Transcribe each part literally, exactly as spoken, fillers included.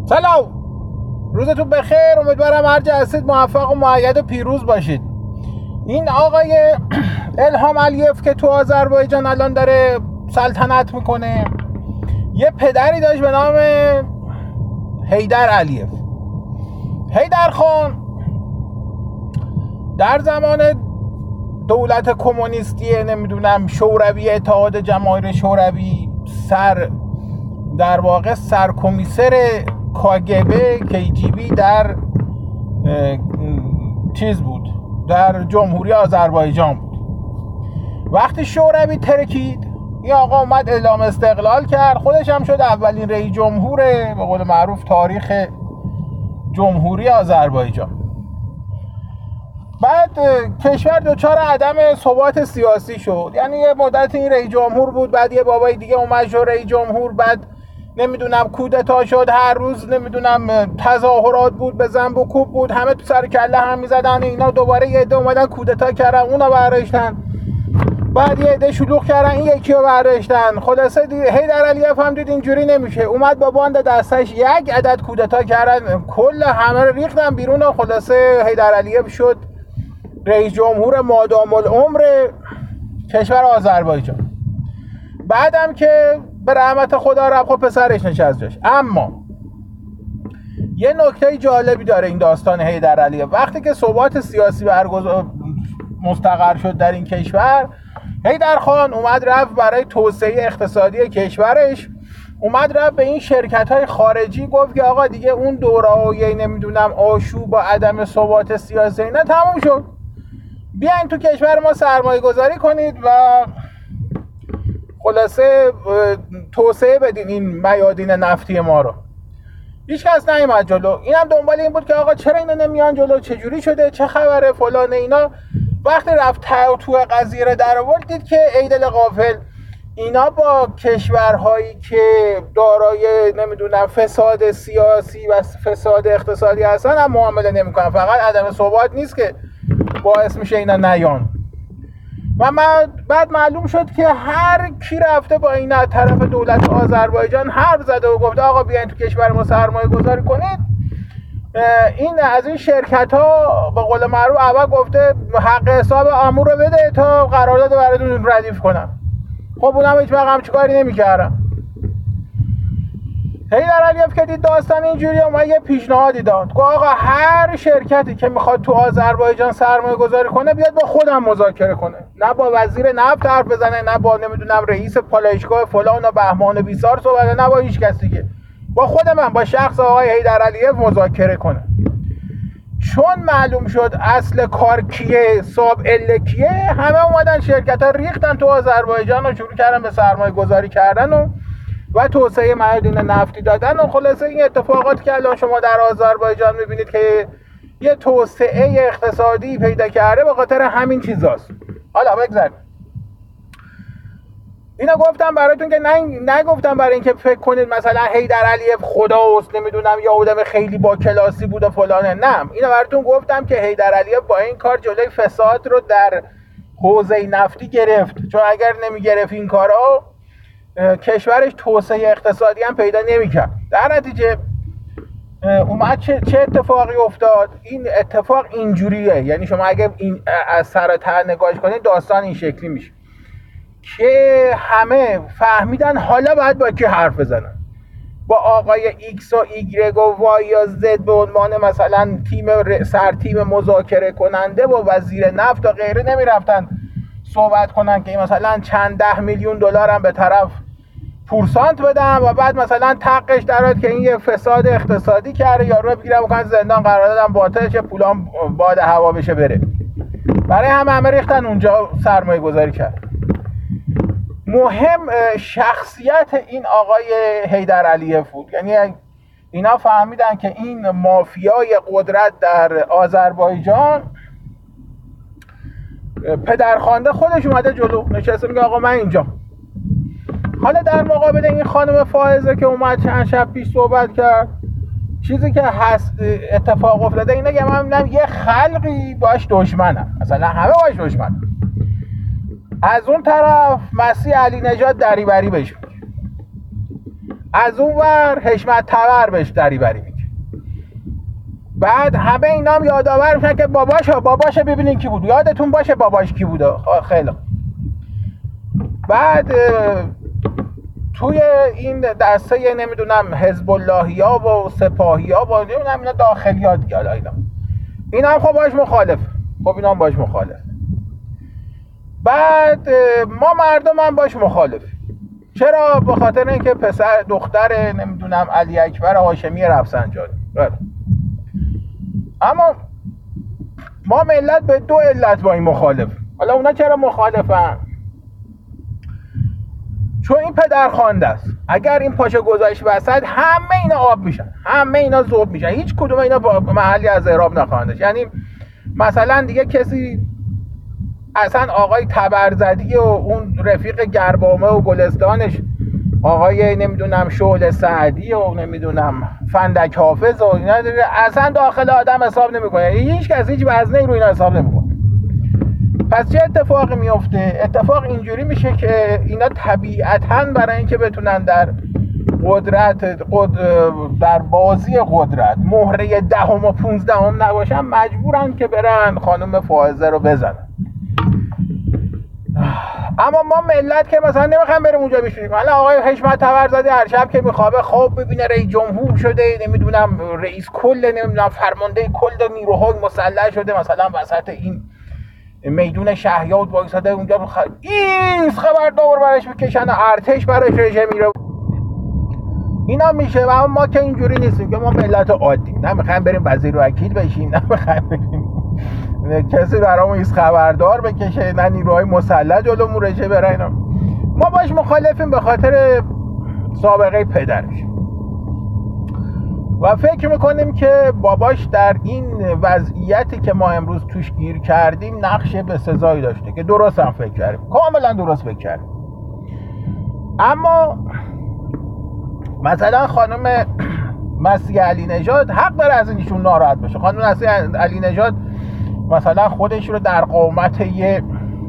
سلام، روزتون بخیر. امیدوارم هر جا هستید موفق و مؤید و پیروز باشید. این آقای الهام علیف که تو آذربایجان الان داره سلطنت میکنه، یه پدری داشت به نام حیدر علیف. حیدر خان در زمان دولت کمونیستی نمیدونم شوروی، اتحاد جماهیر شوروی، سر در واقع سرکمیسر کاگبه کی جی بی در چیز بود، در جمهوری آذربایجان بود. وقتی شوروی ترکید، این آقا اومد اعلام استقلال کرد، خودش هم شد اولین رئیس جمهور به قول معروف تاریخ جمهوری آذربایجان. بعد کشور دچار عدم ثبات سیاسی شد، یعنی یه مدت این رئیس جمهور بود، بعد یه بابای دیگه اومد شد رئیس جمهور، بعد نمیدونم کودتا شد، هر روز نمیدونم تظاهرات بود، به ذنب و کوب بود، همه تو سر کله هم میزدن. اینا دوباره یه عده اومدن کودتا کردن، اونا برداشتن، بعد یه عده شلوغ کردن، این یکی رو برداشتن. خلاصه حیدر علیف هم دید اینجوری نمیشه، اومد با باند دستش یک عدد کودتا کردن، کل همه رو ریختن بیرون و خلاصه حیدر علیف شد رئیس جمهور مادام العمر کشور آذربایجان. بعدم که به رحمت خدا رفت، خب پسرش نشست جاش. اما یه نکته جالبی داره این داستان حیدر علیف. وقتی که ثبات سیاسی برگزار مستقر شد در این کشور، حیدر خان اومد رفت برای توسعه اقتصادی کشورش، اومد رفت به این شرکت‌های خارجی گفت که آقا دیگه اون دوره‌ای نمیدونم آشوب و عدم ثبات سیاسی اینا تموم شد، بیاین تو کشور ما سرمایه گذاری کنید و خلاصه توسعه بدین این میادین نفتی ما رو. هیچ کس نیومد جلو. اینم دنبال این بود که آقا چرا اینا نمیان جلو، چه جوری شده، چه خبره فلان اینا. وقتی رفت تو قضیه رو در آورد، دید که ای دل غافل، اینا با کشورهایی که دارای نمیدونم فساد سیاسی و فساد اقتصادی هستن هم معامله نمیکنن. فقط عدم ثبات نیست که باعث میشه اینا نیان. و بعد معلوم شد که هر کی رفته با این طرف دولت آذربایجان حرف زده و گفته آقا بیاین تو کشور ما سرمایه گذاری کنید، این از این شرکت ها به قول معروف اول گفته حق حساب امور رو بده تا قرارداد براتون ردیف کنم. خب اونم هیچ وقت هم چیکاری نمی‌کردن. حیدر علیف که دید داستان اینجوریه، اومد یه پیشنهادی داد، گفت آقا هر شرکتی که میخواد تو آذربایجان سرمایه گذاری کنه بیاد با خودم مذاکره کنه، نه با وزیر نفت حرف بزنه، نه با نمیدونم رئیس پالایشگاه فلان و بهمان و بیسار صحبت، نه با هیچ کسی دیگه، با خود من، با شخص آقای حیدر علیف مذاکره کنه. چون معلوم شد اصل کار کیه، صاحب اله کیه، همه اومدن شرکت ها ریختن تو آذربایجان و شروع کردن به سرمایه گذاری کردن و و توسعه معادن نفتی دادن. و خلاصه این اتفاقات که الان شما در آذربایجان میبینید که یه توسعه اقتصادی پیدا کرده به خاطر همین چیزاست. حالا بگذاریم اینا گفتم براتون که نه نگفتم برای اینکه فکر کنید مثلا حیدر علیف خداست نمیدونم یا آدم خیلی با کلاسی بود و فلانه. نه، اینا براتون گفتم که حیدر علیف با این کار جلوی فساد رو در حوزه نفتی گرفت، چون اگر نمیگرفت این کارا کشورش توسعه اقتصادی هم پیدا نمیکرد. در نتیجه اومد چه, چه اتفاقی افتاد؟ این اتفاق اینجوریه، یعنی شما اگه این از سر تا نگاهش کنید داستان این شکلی میشه که همه فهمیدن حالا باید با کی حرف بزنن. با آقای ایکس و ایگرگ و وای یا زد به عنوان مثلا تیم سر تیم مذاکره کننده و وزیر نفت و غیره نمیرفتن صحبت کنن که مثلا چند ده میلیون دلار هم به طرف پورسانت بدن و بعد مثلا تقش درات که این یه فساد اقتصادی کرده، یارو بگیرن بکنن زندان، قرار دادن باطل شه، پولام باد هوا بشه بره. برای همه همه ریختن اونجا سرمایه گذاری کرد. مهم شخصیت این آقای حیدر علیف بود. یعنی اینا فهمیدن که این مافیای قدرت در آذربایجان پدرخوانده خودش اومده جلو، نشسته میگه آقا من اینجا. حالا در مقابل این خانم فائزه که اومد چند شب پیش صحبت کرد، چیزی که هست اتفاق افتاده اینه که من میدونم یه خلقی باش دشمنم، مثلا همه باش دشمنم. از اون طرف مسیح علی نژاد دریوری بهش میگه. از اون ور حشمت تبر بهش دریوری میگه. بعد همه اینا هم یادآور میشن که باباش باباش ببینین کی بود، یادتون باشه باباش کی بوده. خیلی بعد توی این دسته نمیدونم حزب اللهیا و سپاهیا و نمیدونم اینا داخلیات دیگه، حالا اینا اینا هم خب باش مخالف، خب اینا هم باش مخالف. بعد ما مردم هم باش مخالف. چرا؟ به خاطر اینکه پسر دختر نمیدونم علی اکبر هاشمی رفسنجانی. اما ما ملت به دو علت با این مخالف. حالا اونا چرا مخالفن؟ چون این پدرخوانده است. اگر این پاشه گذاشت وسط همه اینا آب میشن، همه اینا ذوب میشن، هیچ کدوم اینا با محلی از اعراب نخواهند. یعنی مثلا دیگه کسی اصلا آقای تبرزدی و اون رفیق گربامه و گلستانش آقای نمیدونم شعله سعدی و نمیدونم فندک حافظ و اینا اصلا داخل آدم حساب نمیکنه. هیچ کس هیچ وزنی رو اینا حساب نمیکنه. پس چه اتفاقی میفته؟ اتفاق اینجوری میشه که اینا طبیعتاً برای اینکه بتونن در قدرت قد... در بازی قدرت مهره دهم و پونزدهم نباشن، مجبورن که برن خانم فائزه رو بزنن. اما ما ملت که مثلا نمیخوایم بریم اونجا بشینیم. حالا آقای حشمت تبرزدی هر شب که میخوابه خواب ببینه رئیس جمهور شده، نمیدونم رئیس کل، نمیدونم فرمانده کل نیروهای مسلح شده، مثلا وسط این میدون شهیاد وایساده اونجا بخ... این خبردار برش میکشن، ارتش برش رژه میره. اینا میشه. اما ما که اینجوری نیستیم، که ما ملت عادی نمیخوایم بریم وزیر و وکیل بشیم، نمیخوایم بریم کسی برامون ایست خبردار بکشه، نه نیروهای مسلح جلومون رژه بره. اینا ما باش مخالفیم به خاطر سابقه پدرش و فکر میکنیم که باباش در این وضعیتی که ما امروز توش گیر کردیم نقش بسزایی داشته، که درست هم فکر کردیم، کاملا درست فکر کردیم. اما مثلا خانم مسیح علی نژاد حق داره از اینشون ناراحت بشه. خانم مسیح علی نژاد مثلا خودش رو در قامت یه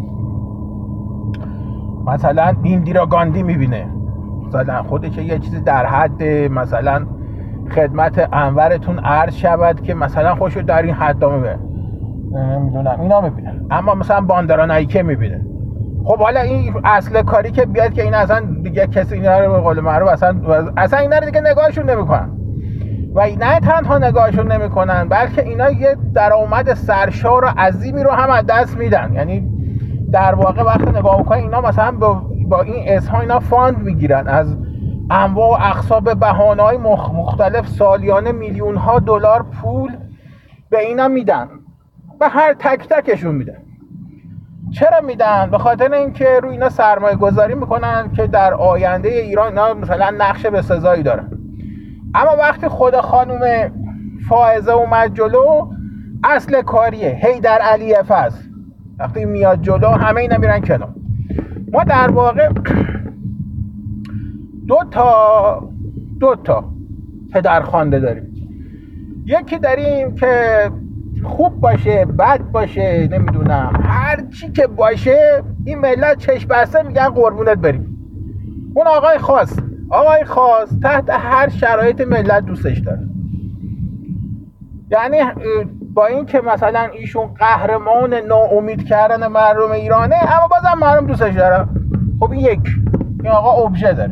مثلا ایندیرا گاندی میبینه، مثلا خودش یه چیزی در حد مثلا خدمت انورتون عرض شود که مثلا خوشو در این حد میبینه، نمیدونم اینا میبینه. اما مثلا باندرانایکه میبینه. خب حالا این اصل کاری که بیاد که این اصلا دیگه کسی اینا رو به قول معروف اصلا اصلا اینا رو دیگه نگاهشون نمیکنن و نه تنها نگاهشون نمیکنن، بلکه اینا یه درآمد سرشار و عظیمی رو هم از دست میدن. یعنی در واقع وقتی نگاه بکنید اینا مثلا با, با این اسها اینا فاند میگیرن از انواع و اقسام بهانه‌های مختلف، سالیانه میلیون ها دلار پول به اینا میدن، به هر تک تکشون میدن. چرا میدن؟ به خاطر اینکه روی اینا سرمایه گذاری میکنن که در آینده ایران اینا مثلا نقش بسزایی دارن. اما وقتی خود خانم فائزه اومد جلو، اصل کاریه حیدر علیف هست. وقتی میاد جلو همه اینا میرن کنار. ما در واقع دو تا دو تا پدرخوانده داریم. یکی داریم که خوب باشه بد باشه نمیدونم هر چی که باشه این ملت چشم بسته میگن قربونت بریم. اون آقای خاص آقای خاص تحت هر شرایط ملت دوستش داره. یعنی با این که مثلا ایشون قهرمان ناامید کردن مردم ایرانه، اما بازم مردم دوستش داره. خب این یک این آقا ابژه داره،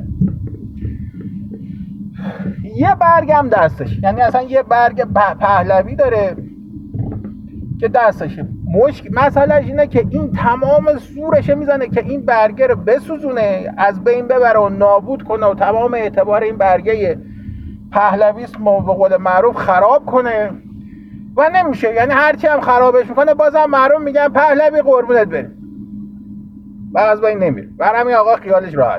یه برگ هم دستش، یعنی اصلا یه برگ پهلوی داره که دستشه. مشکل مسئلهش اینه که این تمام زورشه میزنه که این برگه رو بسوزونه، از بین ببره و نابود کنه و تمام اعتبار این برگه پهلویسم به قول معروف خراب کنه و نمیشه. یعنی هرچی هم خرابش میکنه بازم مردم میگن پهلوی قربونت بریم و از بین نمیره. برای همین آقا خیالش راحت.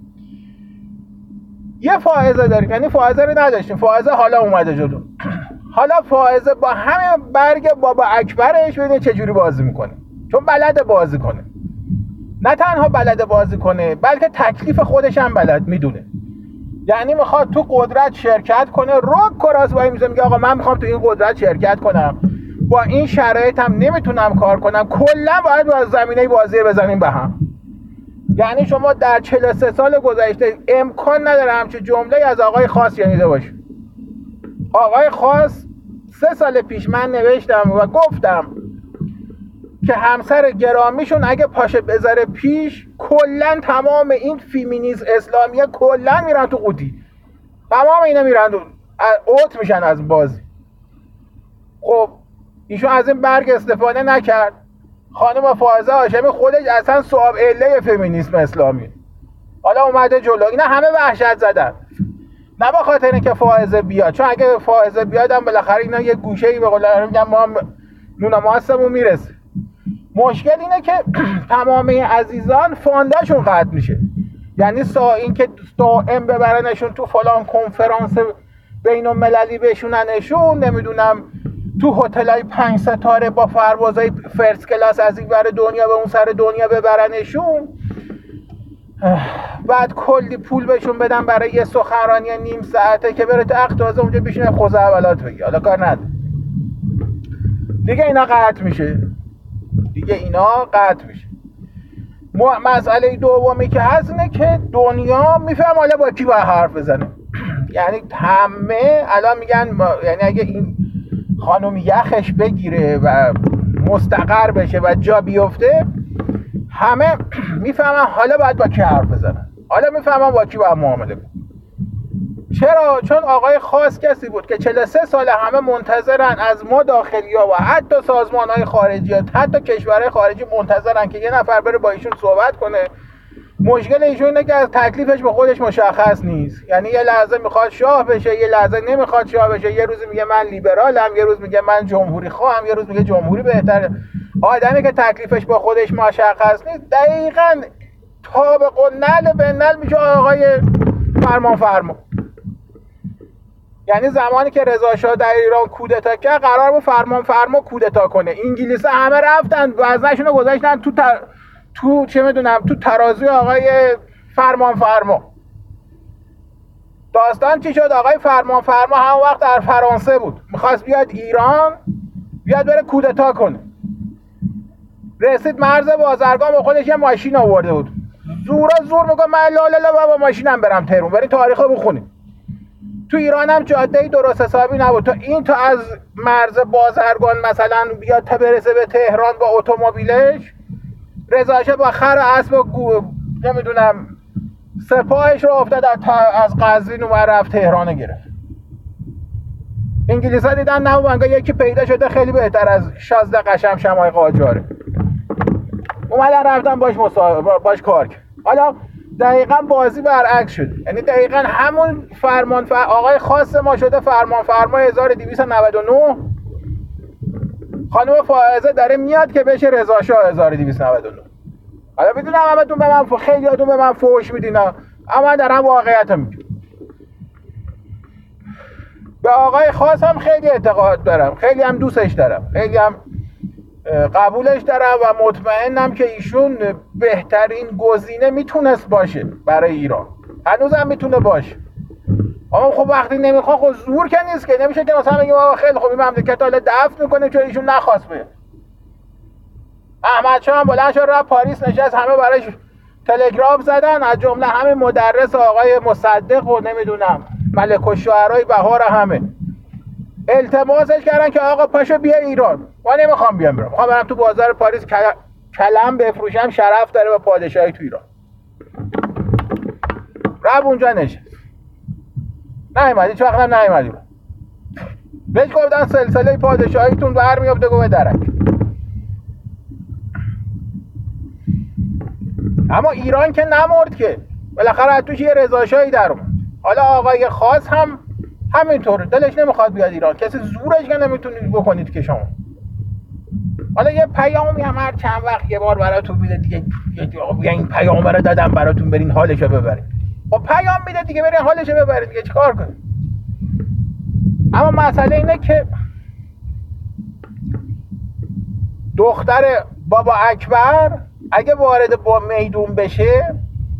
یه فائزه داریم، یعنی فائزه رو نداشتیم، فائزه حالا اومده جلو. حالا فائزه با همین برگ بابا اکبرش ببینید چه جوری بازی میکنه، چون بلد بازی کنه. نه تنها بلد بازی کنه بلکه تکلیف خودش هم بلد میدونه. یعنی میخواد تو قدرت شرکت کنه، رک کراس وای میزه میگه آقا من میخوام تو این قدرت شرکت کنم، با این شرایطم نمیتونم کار کنم، کلا باید با زمینه بازی رو بزنیم به هم. یعنی شما در چهل و سه سال گذشته امکان نداره همچین جمله از آقای خاص شنیده باشید. آقای خاص سه سال پیش من نوشتم و گفتم که همسر گرامیشون اگه پاشه بذاره پیش کلن تمام این فیمینیسم اسلامیه کلن میرن تو قوطی، تمام اینا میرن تو اوت میشن از بازی. خب ایشون از این برگ استفاده نکرد. خانم فائزه هاشمی خودش اصلا صاحب عله فمینیسم اسلامی، حالا اومده جلو. اینا همه وحشت زدن، نه به خاطر اینکه فائزه بیاد، چون اگه فائزه بیاد هم بالاخره اینا یه گوشه‌ای به قول میگن ما نون ماستمون میرسه. مشکل اینه که تمام این عزیزان فانداشون قطع میشه، یعنی سا این که دائم ببرنشون تو فلان کنفرانس بین المللی بشوننشون، نمیدونم تو هتلای پنج ستاره با پروازهای فرست کلاس از این ور دنیا به اون سر دنیا ببرنشون، بعد کلی پول بهشون بدن برای یه سخنرانی نیم ساعته که بره تخت تازه اونجا بشینه خوزه اولات بگی. حالا کار نداره دیگه، اینا قطع میشه دیگه اینا قطع میشه. مسئله دومی که هست اینه که دنیا میفهم حالا با کی باید حرف بزنه. یعنی همه الان میگن ما... یعنی اگه این خانم یخش بگیره و مستقر بشه و جا بیفته، همه میفهمن حالا باید با کی حرف بزنن، حالا میفهمن با کی باید معامله کنن. چرا؟ چون آقای خاص کسی بود که چهل و سه سال همه منتظرن از ما داخلیا و حتی سازمان‌های خارجی، حتی کشورهای خارجی منتظرن که یه نفر بره با ایشون صحبت کنه. مشکل ایشون اینه که از تکلیفش به خودش مشخص نیست، یعنی یه لحظه میخواد شاه بشه، یه لحظه نمیخواد شاه بشه، یه روز میگه من لیبرالم، یه روز میگه من جمهوری خواهم، یه روز میگه جمهوری بهتره. آدمی که تکلیفش با خودش مشخص نیست دقیقاً طابق و نل به نل میشه آقای فرمان فرما. یعنی زمانی که رضا شاه در ایران کودتا کرد قرار بود فرمان فرما کودتا کنه، انگلیس همه رفتن وزنشون رو گذاشتن تو تر... تو چه میدونم تو ترازوی آقای فرمان فرما. داستان چی شد؟ آقای فرمان فرما هم وقت در فرانسه بود، میخواست بیاد ایران، بیاد بره کودتا کنه. رسید مرز بازرگان با خودش یه ماشین آورده بود، زورا زور میگه من لا لا لا بابا ماشینم برم تهران، برید تاریخو بخونید. تو ایران هم جاده‌ای درست حسابی نبود، تا این تا از مرز بازرگان مثلا بیاد تا برسه به تهران با اتومبیلش، رضا شاه با خر و اسب و گو... نمیدونم سپاهش رو افتاد از قزوین و رفت تهران گرفت. انگلیس‌ها دیدن نه انگار یکی پیدا شده خیلی بهتر از شازده قشم شمای قاجاره، اومدن رفتن باش مسا... باش کار کرد. حالا دقیقاً بازی برعکس شد، یعنی دقیقاً همون فرمان فر... آقای خاص ما شده فرمان فرما هزار و دویست و نود و نه، خانم فائزه داره میاد که بشه رضا شاه هزار و دویست و نود و نه. حالا میدونم همتون به من خیلی یادون به من فوش میدین، اما دارم واقعیت رو میگم. به آقای خاص هم خیلی اعتقاد دارم، خیلی هم دوستش دارم، خیلی هم قبولش دارم و مطمئنم که ایشون بهترین گزینه میتونست باشه برای ایران، هنوزم میتونه باشه. اما خب وقتی نمیخواد خب زور که نیست که، نمیشه که مثلا بگیم آقا خیلی خوب این مملکت حالا دفن میکنه چون ایشون نخواست بیاد. احمد شاه هم بلند شد رفت پاریس نشست، همه براش تلگراف زدن، از جمله همه مدرس آقای مصدق و نمیدونم ملک الشعرای بهار همه التماسش کردن که آقا پاشو بیا ایران. ما نمیخوام بیام برم، میخوام برم تو بازار پاریس کلم بفروشم، شرف داره با پادشاهی تو ایران. رفت اونجا نشست، نیومد، هیچ وقت هم نیومد. بهش گفتن سلسله پادشاهیتون برمیافته، گفت درک. اما ایران که نمرد که، بالاخره از توش یه رضا شاهی در اومد. حالا آقای خاص هم همینطور دلش نمیخواد بیاد ایران، کسی زورش که نمیتونید بکنید که شما. حالا یه پیامی هم هر چند وقت یه بار براتون میده دیگه، بگن این پیام رو دادم براتون برین حالشو ببرید. خب پیام میده دیگه، برین حالشو ببرید دیگه، چیکار کنید؟ اما مسئله اینه که دختر بابا اکبر اگه وارد با میدون بشه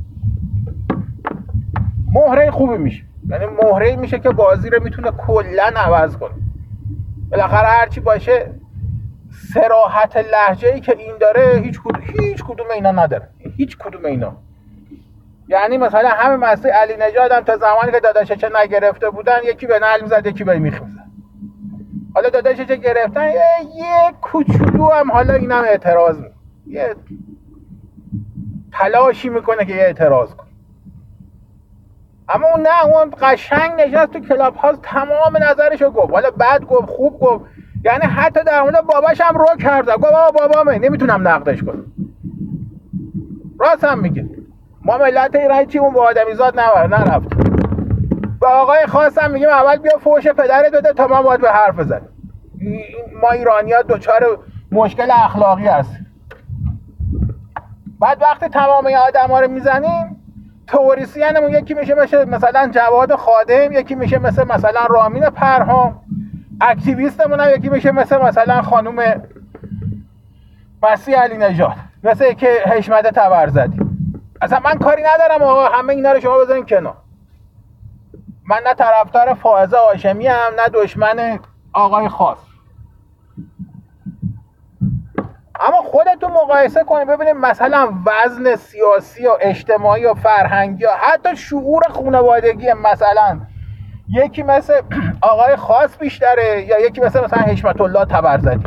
مهره خوبی میشه، یعنی مهره میشه که بازی رو میتونه کلا عوض کنه. بالاخره هرچی باشه صراحت لهجه‌ای که این داره هیچ کدوم هیچ کدوم اینا نداره، هیچ کدوم اینا. یعنی مثلا همه مسیح علی نژاد هم تا زمانی که داداشش چه نگرفته بودن یکی به نعل میزد یکی به میخ میزد. حالا داداشش چه گرفتن یه, یه کوچولو هم حالا اینم اعتراض میکنه، یه تلاشی میکنه که یه اعتراض کنه. اما اون نه، اون قشنگ نشست تو کلاب هاوس تمام نظرشو گفت، حالا بد گفت خوب گفت، یعنی حتی در مورد باباش هم رو کرد، گفت بابا بابامه نمیتونم نقدش کنم. راست هم میگه، ما ملت ایران چی اون با آدمیزاد نرفت. به آقای خاصم میگیم اول بیا فوش پدرت بده تا ما باید به حرف بزنیم. ما ایرانی‌ها دچار مشکل اخلاقی هستیم. بعد وقتی تمام این آدم‌ها رو میزنیم، توریسیانمون یکی میشه مثل مثلا جواد خادم، یکی میشه مثل مثلا رامین پرهام، اکتیویستمون هم یکی میشه مثل مثلا خانم مسیح علی نژاد، مثل که حشمت طبرزدی. اصلا من کاری ندارم آقا، همه اینا رو شما بذارین کنار. من نه طرفدار فائزه هاشمی ام نه دشمن آقای خاص. اما خودتون مقایسه کنید ببینید مثلا وزن سیاسی و اجتماعی و فرهنگی و حتی شعور خانوادگی مثلا یکی مثل آقای خاص بیشتره یا یکی مثل مثلا حشمت الله طبرزدی.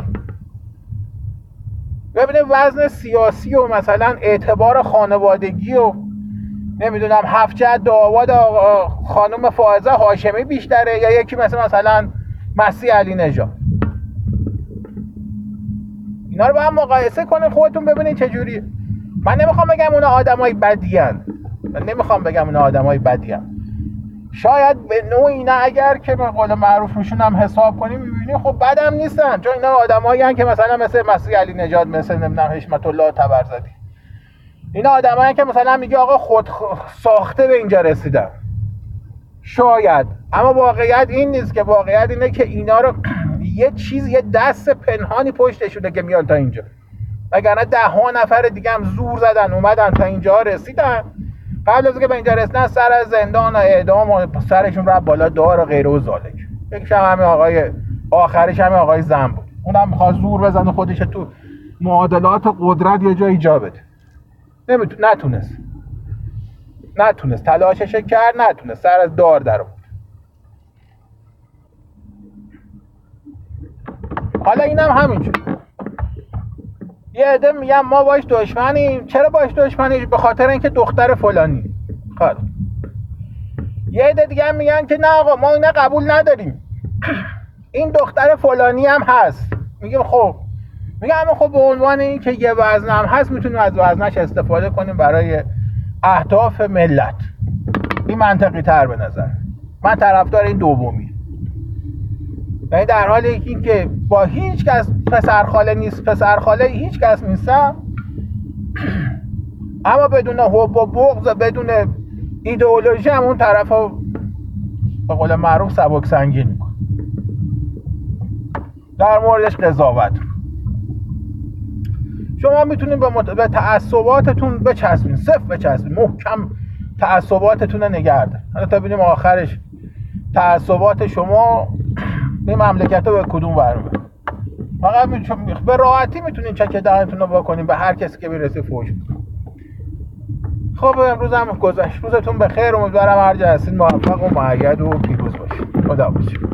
ببینید وزن سیاسی و مثلا اعتبار خانوادگی و نمیدونم هفت جد آباد خانم فائزه هاشمی بیشتره یا یکی مثل مثلا مسیح علی نژاد. اینا رو با هم مقایسه کنید خودتون ببینید چجوریه. من نمیخوام بگم اونا آدمای بدی ان، من نمیخوام بگم اونا آدمای بدی ان. شاید به نوعی اینا اگر که به قول معروف میشون هم حساب کنیم میبینی خب بدم نیستن، چون اینا آدمایی ان که مثلا مثل مسیح علی نژاد، مثل نمیدونم حشمت الله طبرزدی، اینا آدمایی که مثلا میگه آقا خود ساخته به اینجا رسیدن. شاید، اما واقعیت این نیست، که واقعیت اینه که اینا رو یه چیز، یه دست پنهانی پشتشونه که میان تا اینجا، وگرنه ده ها نفر دیگه هم زور زدن اومدن تا اینجا رسیدن. قبل از اینکه به اینجا رسیدن سر از زندان و اعدام و سرشون رفت بالا دار و غیره و ذالک. یکیش هم همین آقای آخرش همین آقای زن بود، اونم می‌خواست زور بزنه خودش تو معادلات قدرت یه جایی جا بده، نمیتونه، نتونست نتونست تلاشش کرد، نتونست، سر از دار در آورد. حالا اینم هم همینجور یه عده میگن ما باش دشمنیم. چرا باش دشمنیم؟ به خاطر اینکه دختر فلانی. خب یه عده دیگه هم میگن که نه آقا ما اینا قبول نداریم، این دختر فلانی هم هست. میگیم خب میگم اما خب به عنوان این که یه وزن هم هست میتونیم از وزنش استفاده کنیم برای اهداف ملت. این منطقی تر به نظر من، طرفدار این دومی. یعنی در حالی این که با هیچ کس پسرخاله نیست، پسرخاله هیچ کس نیستم، اما بدون حب و بغض، بدون ایدئولوژی هم اون طرف ها به قول معروف سبک سنگین میکن در موردش قضاوت. شما میتونید به, مت... به تعصباتتون بچسبین، صفر بچسبین، محکم تعصباتتون رو نگه دارید حالا تا ببینیم آخرش تعصبات شما این مملکت رو به کدوم برمی‌بره. فقط میتونید به راحتی میتونید چک دهنتون رو بکنید به هر کسی که میرسه فوش بدید. خب امروز هم گذشت، روزتون بخیر، امیدوارم هر جا هستین موفق و مؤید و پیروز باشید. خدا حافظ.